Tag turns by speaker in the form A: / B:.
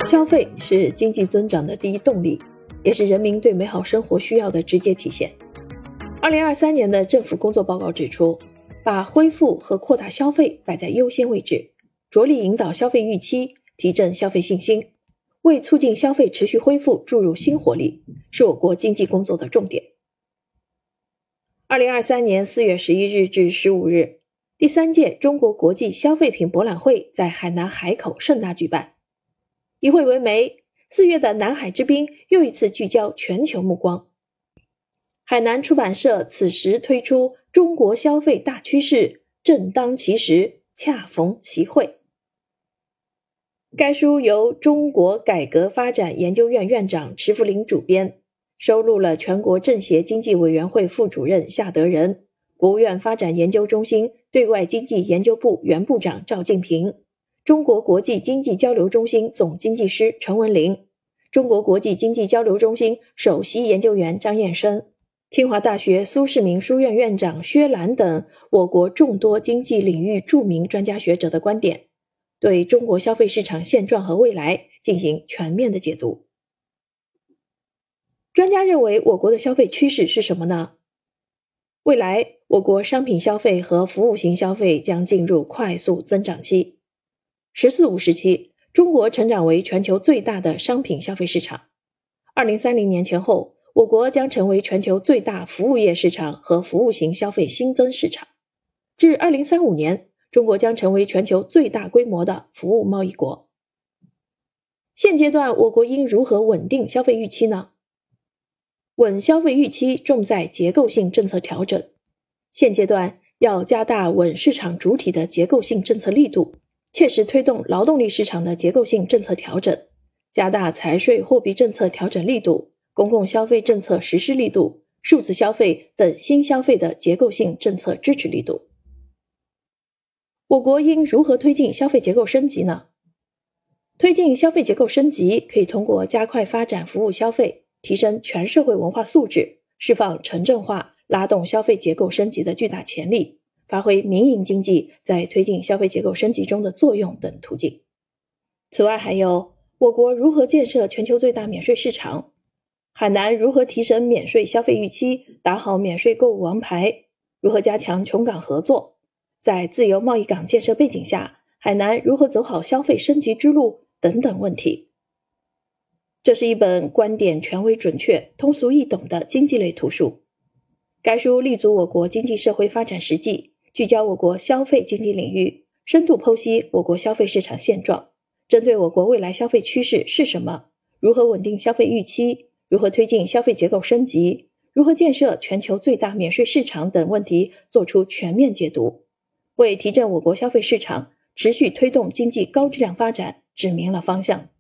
A: 消费是经济增长的第一动力，也是人民对美好生活需要的直接体现。2023年的政府工作报告指出，把恢复和扩大消费摆在优先位置，着力引导消费预期，提振消费信心，为促进消费持续恢复注入新活力，是我国经济工作的重点。2023年4月11日至15日，第3届中国国际消费品博览会在海南海口盛大举办。一会为媒，4月的南海之滨又一次聚焦全球目光。海南出版社此时推出《中国消费大趋势，正当其时，恰逢其会》。该书由中国改革发展研究院院长池福林主编，收录了全国政协经济委员会副主任夏德仁、国务院发展研究中心对外经济研究部原部长赵静平、中国国际经济交流中心总经济师陈文林、中国国际经济交流中心首席研究员张燕生、清华大学苏世民书院院长薛兰等我国众多经济领域著名专家学者的观点，对中国消费市场现状和未来进行全面的解读。专家认为，我国的消费趋势是什么呢？未来，我国商品消费和服务型消费将进入快速增长期。“十四五”时期，中国成长为全球最大的商品消费市场。2030年前后，我国将成为全球最大服务业市场和服务型消费新增市场。至2035年，中国将成为全球最大规模的服务贸易国。现阶段，我国应如何稳定消费预期呢？稳消费预期重在结构性政策调整。现阶段要加大稳市场主体的结构性政策力度，切实推动劳动力市场的结构性政策调整，加大财税货币政策调整力度、公共消费政策实施力度、数字消费等新消费的结构性政策支持力度。我国应如何推进消费结构升级呢？推进消费结构升级可以通过加快发展服务消费，提升全社会文化素质，释放城镇化，拉动消费结构升级的巨大潜力，发挥民营经济在推进消费结构升级中的作用等途径。此外还有，我国如何建设全球最大免税市场，海南如何提升免税消费预期，打好免税购物王牌，如何加强琼港合作，在自由贸易港建设背景下，海南如何走好消费升级之路等等问题。这是一本观点权威准确、通俗易懂的经济类图书。该书立足我国经济社会发展实际，聚焦我国消费经济领域，深度剖析我国消费市场现状，针对我国未来消费趋势是什么，如何稳定消费预期，如何推进消费结构升级，如何建设全球最大免税市场等问题做出全面解读，为提振我国消费市场、持续推动经济高质量发展指明了方向。